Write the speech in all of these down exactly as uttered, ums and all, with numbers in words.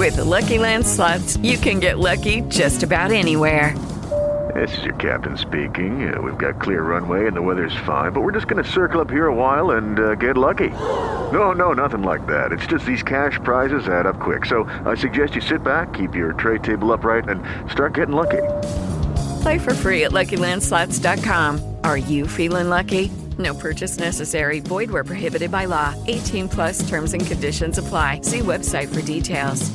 With the Lucky Land Slots, you can get lucky just about anywhere. This is your captain speaking. Uh, we've got clear runway and the weather's fine, but we're just going to circle up here a while and uh, get lucky. No, no, nothing like that. It's just these cash prizes add up quick. So I suggest you sit back, keep your tray table upright, and start getting lucky. Play for free at Lucky Land Slots dot com. Are you feeling lucky? No purchase necessary. Void where prohibited by law. eighteen plus terms and conditions apply. See website for details.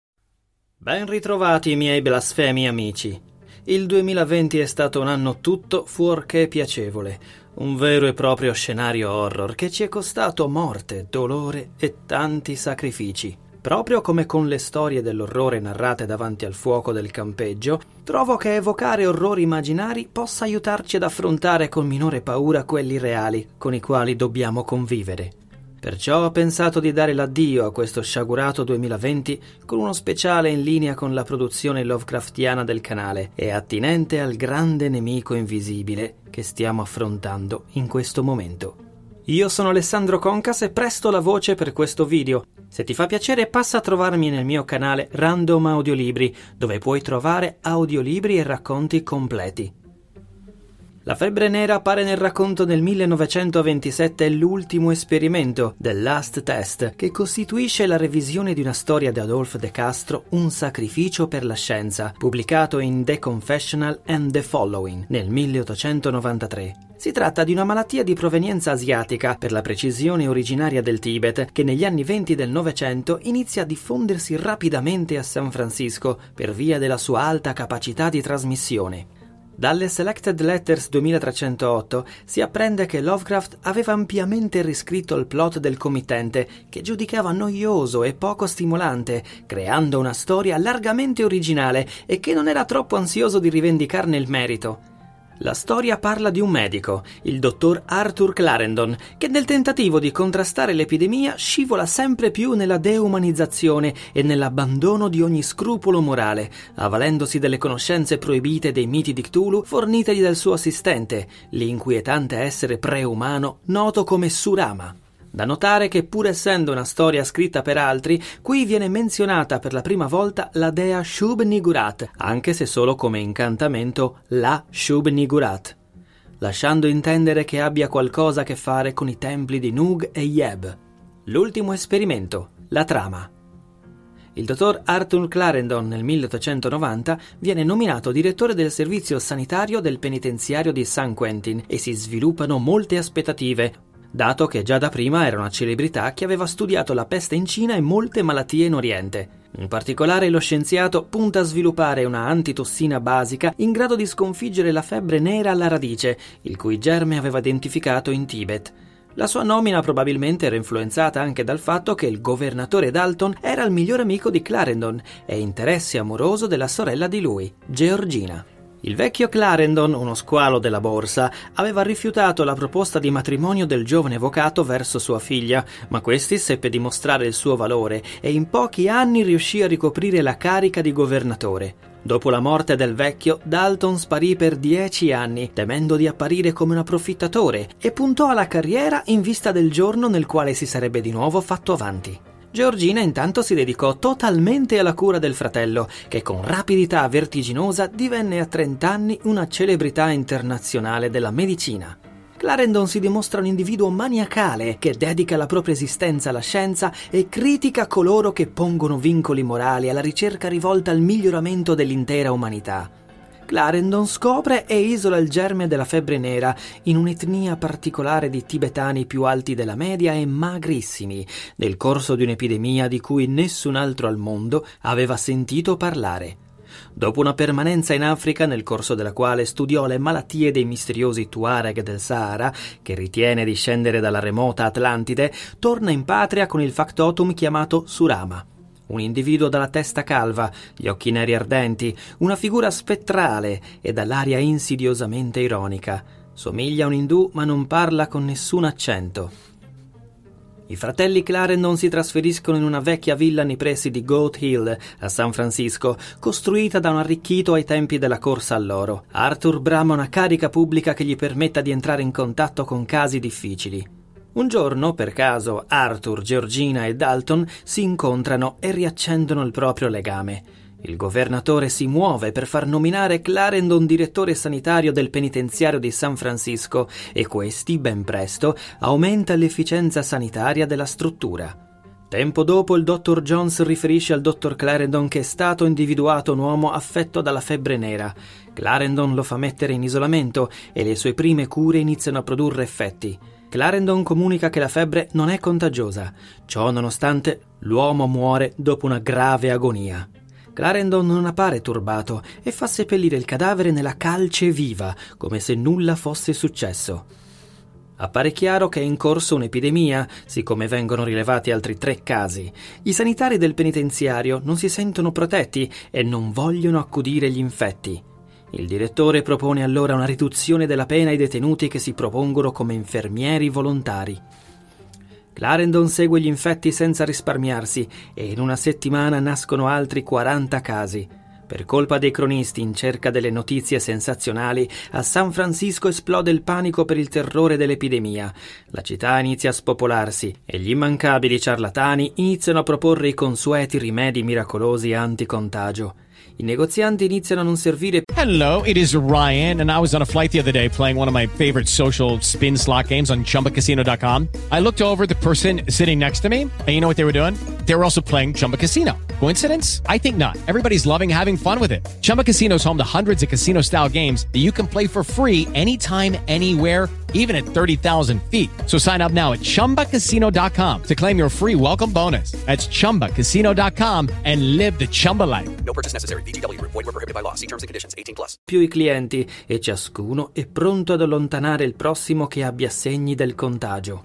Ben ritrovati, miei blasfemi amici. Il duemilaventi è stato un anno tutto fuorché piacevole, un vero e proprio scenario horror che ci è costato morte, dolore e tanti sacrifici. Proprio come con le storie dell'orrore narrate davanti al fuoco del campeggio, trovo che evocare orrori immaginari possa aiutarci ad affrontare con minore paura quelli reali con i quali dobbiamo convivere. Perciò ho pensato di dare l'addio a questo sciagurato duemilaventi con uno speciale in linea con la produzione lovecraftiana del canale e attinente al grande nemico invisibile che stiamo affrontando in questo momento. Io sono Alessandro Concas e presto la voce per questo video. Se ti fa piacere passa a trovarmi nel mio canale Random Audiolibri, dove puoi trovare audiolibri e racconti completi. La febbre nera appare nel racconto del millenovecentoventisette l'ultimo esperimento, The Last Test, che costituisce la revisione di una storia di Adolphe de Castro, Un sacrificio per la scienza, pubblicato in The Confessional and the Following nel milleottocentonovantatré. Si tratta di una malattia di provenienza asiatica, per la precisione originaria del Tibet, che negli anni venti del Novecento inizia a diffondersi rapidamente a San Francisco per via della sua alta capacità di trasmissione. Dalle Selected Letters duemilatrecentootto si apprende che Lovecraft aveva ampiamente riscritto il plot del committente, che giudicava noioso e poco stimolante, creando una storia largamente originale e che non era troppo ansioso di rivendicarne il merito. La storia parla di un medico, il dottor Arthur Clarendon, che nel tentativo di contrastare l'epidemia scivola sempre più nella deumanizzazione e nell'abbandono di ogni scrupolo morale, avvalendosi delle conoscenze proibite dei miti di Cthulhu fornitegli dal suo assistente, l'inquietante essere preumano noto come Surama. Da notare che, pur essendo una storia scritta per altri, qui viene menzionata per la prima volta la dea Shub-Niggurath, anche se solo come incantamento la Shub-Niggurath, lasciando intendere che abbia qualcosa a che fare con i templi di Nug e Yeb. L'ultimo esperimento, la trama. Il dottor Arthur Clarendon nel milleottocentonovanta viene nominato direttore del servizio sanitario del penitenziario di San Quentin e si sviluppano molte aspettative, dato che già da prima era una celebrità che aveva studiato la peste in Cina e molte malattie in Oriente. In particolare lo scienziato punta a sviluppare una antitossina basica in grado di sconfiggere la febbre nera alla radice, il cui germe aveva identificato in Tibet. La sua nomina probabilmente era influenzata anche dal fatto che il governatore Dalton era il migliore amico di Clarendon e interesse amoroso della sorella di lui, Georgina. Il vecchio Clarendon, uno squalo della borsa, aveva rifiutato la proposta di matrimonio del giovane avvocato verso sua figlia, ma questi seppe dimostrare il suo valore e in pochi anni riuscì a ricoprire la carica di governatore. Dopo la morte del vecchio, Dalton sparì per dieci anni, temendo di apparire come un approfittatore, e puntò alla carriera in vista del giorno nel quale si sarebbe di nuovo fatto avanti. Georgina intanto si dedicò totalmente alla cura del fratello, che con rapidità vertiginosa divenne a trent'anni una celebrità internazionale della medicina. Clarendon si dimostra un individuo maniacale che dedica la propria esistenza alla scienza e critica coloro che pongono vincoli morali alla ricerca rivolta al miglioramento dell'intera umanità. Clarendon scopre e isola il germe della febbre nera in un'etnia particolare di tibetani più alti della media e magrissimi, nel corso di un'epidemia di cui nessun altro al mondo aveva sentito parlare. Dopo una permanenza in Africa, nel corso della quale studiò le malattie dei misteriosi Tuareg del Sahara, che ritiene discendere dalla remota Atlantide, torna in patria con il factotum chiamato Surama. Un individuo dalla testa calva, gli occhi neri ardenti, una figura spettrale e dall'aria insidiosamente ironica. Somiglia a un indù ma non parla con nessun accento. I fratelli Clarendon si trasferiscono in una vecchia villa nei pressi di Goat Hill, a San Francisco, costruita da un arricchito ai tempi della corsa all'oro. Arthur brama una carica pubblica che gli permetta di entrare in contatto con casi difficili. Un giorno, per caso, Arthur, Georgina e Dalton si incontrano e riaccendono il proprio legame. Il governatore si muove per far nominare Clarendon direttore sanitario del penitenziario di San Francisco e questi, ben presto, aumenta l'efficienza sanitaria della struttura. Tempo dopo il dottor Jones riferisce al dottor Clarendon che è stato individuato un uomo affetto dalla febbre nera. Clarendon lo fa mettere in isolamento e le sue prime cure iniziano a produrre effetti. Clarendon comunica che la febbre non è contagiosa. Ciò nonostante, l'uomo muore dopo una grave agonia. Clarendon non appare turbato e fa seppellire il cadavere nella calce viva, come se nulla fosse successo. Appare chiaro che è in corso un'epidemia, siccome vengono rilevati altri tre casi. I sanitari del penitenziario non si sentono protetti e non vogliono accudire gli infetti. Il direttore propone allora una riduzione della pena ai detenuti che si propongono come infermieri volontari. Clarendon segue gli infetti senza risparmiarsi e in una settimana nascono altri quaranta casi. Per colpa dei cronisti in cerca delle notizie sensazionali, a San Francisco esplode il panico per il terrore dell'epidemia. La città inizia a spopolarsi e gli immancabili ciarlatani iniziano a proporre i consueti rimedi miracolosi anticontagio. I negozianti iniziano a non servire. Hello, it is Ryan, and I was on a flight the other day playing one of my favorite social spin slot games on Chumba Casino dot com. I looked over at the person sitting next to me, and you know what they were doing? They were also playing Chumba Casino. Coincidence? I think not. Everybody's loving having fun with it. Chumba Casino is home to hundreds of casino-style games that you can play for free anytime, anywhere, even at thirty thousand feet. So sign up now at Chumba Casino dot com to claim your free welcome bonus. That's Chumba Casino dot com and live the Chumba life. No purchase necessary. V G W. Void where prohibited by law. See terms and conditions. eighteen plus. Più i clienti e ciascuno è pronto ad allontanare il prossimo che abbia segni del contagio.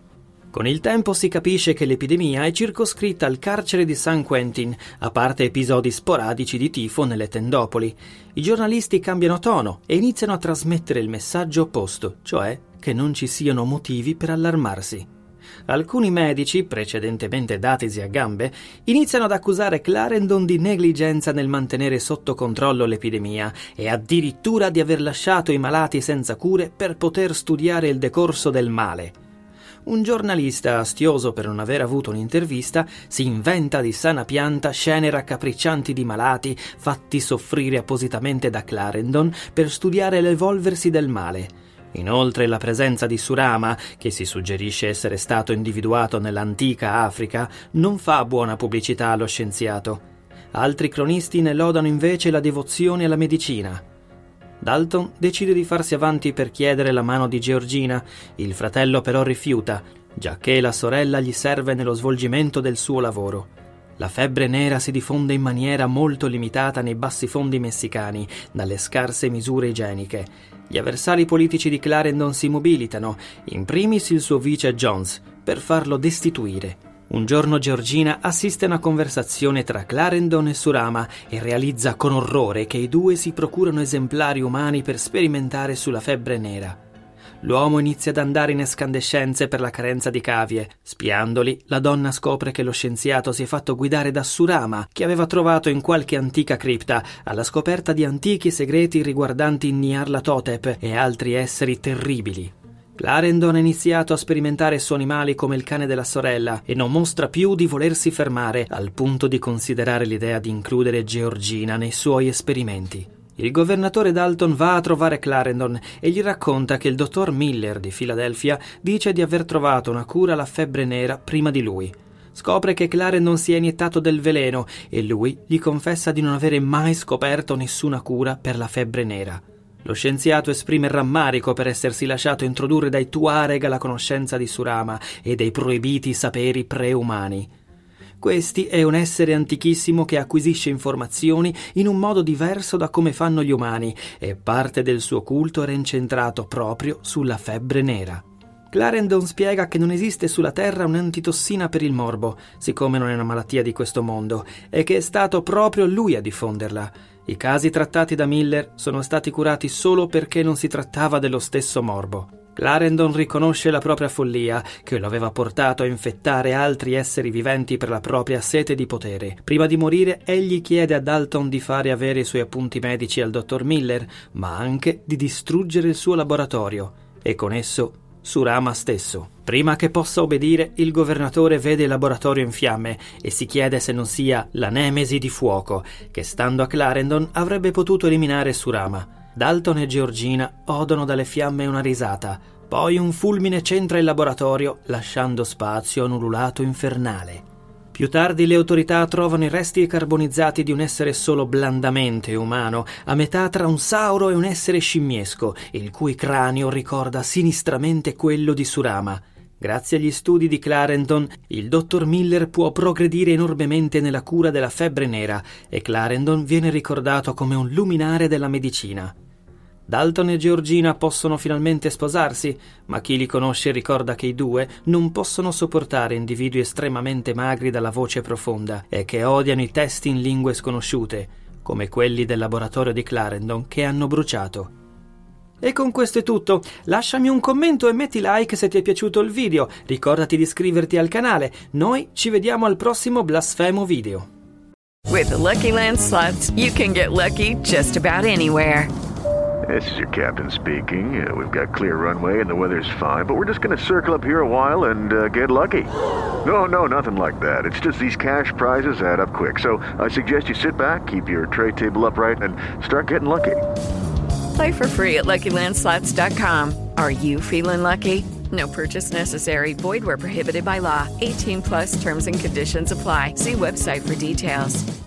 Con il tempo si capisce che l'epidemia è circoscritta al carcere di San Quentin, a parte episodi sporadici di tifo nelle tendopoli. I giornalisti cambiano tono e iniziano a trasmettere il messaggio opposto, cioè che non ci siano motivi per allarmarsi. Alcuni medici, precedentemente datisi a gambe, iniziano ad accusare Clarendon di negligenza nel mantenere sotto controllo l'epidemia e addirittura di aver lasciato i malati senza cure per poter studiare il decorso del male. Un giornalista, astioso per non aver avuto un'intervista, si inventa di sana pianta scene raccapriccianti di malati fatti soffrire appositamente da Clarendon per studiare l'evolversi del male. Inoltre la presenza di Surama, che si suggerisce essere stato individuato nell'antica Africa, non fa buona pubblicità allo scienziato. Altri cronisti ne lodano invece la devozione alla medicina. Dalton decide di farsi avanti per chiedere la mano di Georgina, il fratello però rifiuta, giacché la sorella gli serve nello svolgimento del suo lavoro. La febbre nera si diffonde in maniera molto limitata nei bassifondi messicani, dalle scarse misure igieniche. Gli avversari politici di Clarendon si mobilitano, in primis il suo vice Jones, per farlo destituire. Un giorno Georgina assiste a una conversazione tra Clarendon e Surama e realizza con orrore che i due si procurano esemplari umani per sperimentare sulla febbre nera. L'uomo inizia ad andare in escandescenze per la carenza di cavie. Spiandoli, la donna scopre che lo scienziato si è fatto guidare da Surama, che aveva trovato in qualche antica cripta, alla scoperta di antichi segreti riguardanti Nyarlathotep e altri esseri terribili. Clarendon ha iniziato a sperimentare su animali come il cane della sorella e non mostra più di volersi fermare, al punto di considerare l'idea di includere Georgina nei suoi esperimenti. Il governatore Dalton va a trovare Clarendon e gli racconta che il dottor Miller di Filadelfia dice di aver trovato una cura alla febbre nera prima di lui. Scopre che Clarendon si è iniettato del veleno e lui gli confessa di non avere mai scoperto nessuna cura per la febbre nera. Lo scienziato esprime rammarico per essersi lasciato introdurre dai Tuareg alla conoscenza di Surama e dei proibiti saperi preumani. Questi è un essere antichissimo che acquisisce informazioni in un modo diverso da come fanno gli umani e parte del suo culto era incentrato proprio sulla febbre nera. Clarendon spiega che non esiste sulla Terra un'antitossina per il morbo, siccome non è una malattia di questo mondo, e che è stato proprio lui a diffonderla. I casi trattati da Miller sono stati curati solo perché non si trattava dello stesso morbo. Clarendon riconosce la propria follia, che lo aveva portato a infettare altri esseri viventi per la propria sete di potere. Prima di morire, egli chiede a Dalton di fare avere i suoi appunti medici al dottor Miller, ma anche di distruggere il suo laboratorio, e con esso Surama stesso. Prima che possa obbedire, il governatore vede il laboratorio in fiamme e si chiede se non sia la nemesi di fuoco, che stando a Clarendon avrebbe potuto eliminare Surama. Dalton e Georgina odono dalle fiamme una risata, poi un fulmine centra il laboratorio, lasciando spazio a un ululato infernale. Più tardi le autorità trovano i resti carbonizzati di un essere solo blandamente umano, a metà tra un sauro e un essere scimmiesco, il cui cranio ricorda sinistramente quello di Surama. Grazie agli studi di Clarendon, il dottor Miller può progredire enormemente nella cura della febbre nera e Clarendon viene ricordato come un luminare della medicina. Dalton e Georgina possono finalmente sposarsi, ma chi li conosce ricorda che i due non possono sopportare individui estremamente magri dalla voce profonda e che odiano i testi in lingue sconosciute, come quelli del laboratorio di Clarendon che hanno bruciato. E con questo è tutto. Lasciami un commento e metti like se ti è piaciuto il video. Ricordati di iscriverti al canale. Noi ci vediamo al prossimo Blasfemo video. With the Lucky Land Slots, you can get lucky just about anywhere. This is your captain speaking. Uh, we've got clear runway and the weather's fine, but we're just going to circle up here a while and uh, get lucky. No, no, nothing like that. It's just these cash prizes add up quick. So I suggest you sit back, keep your tray table upright, and start getting lucky. Play for free at Lucky Land Slots dot com. Are you feeling lucky? No purchase necessary. Void where prohibited by law. eighteen plus terms and conditions apply. See website for details.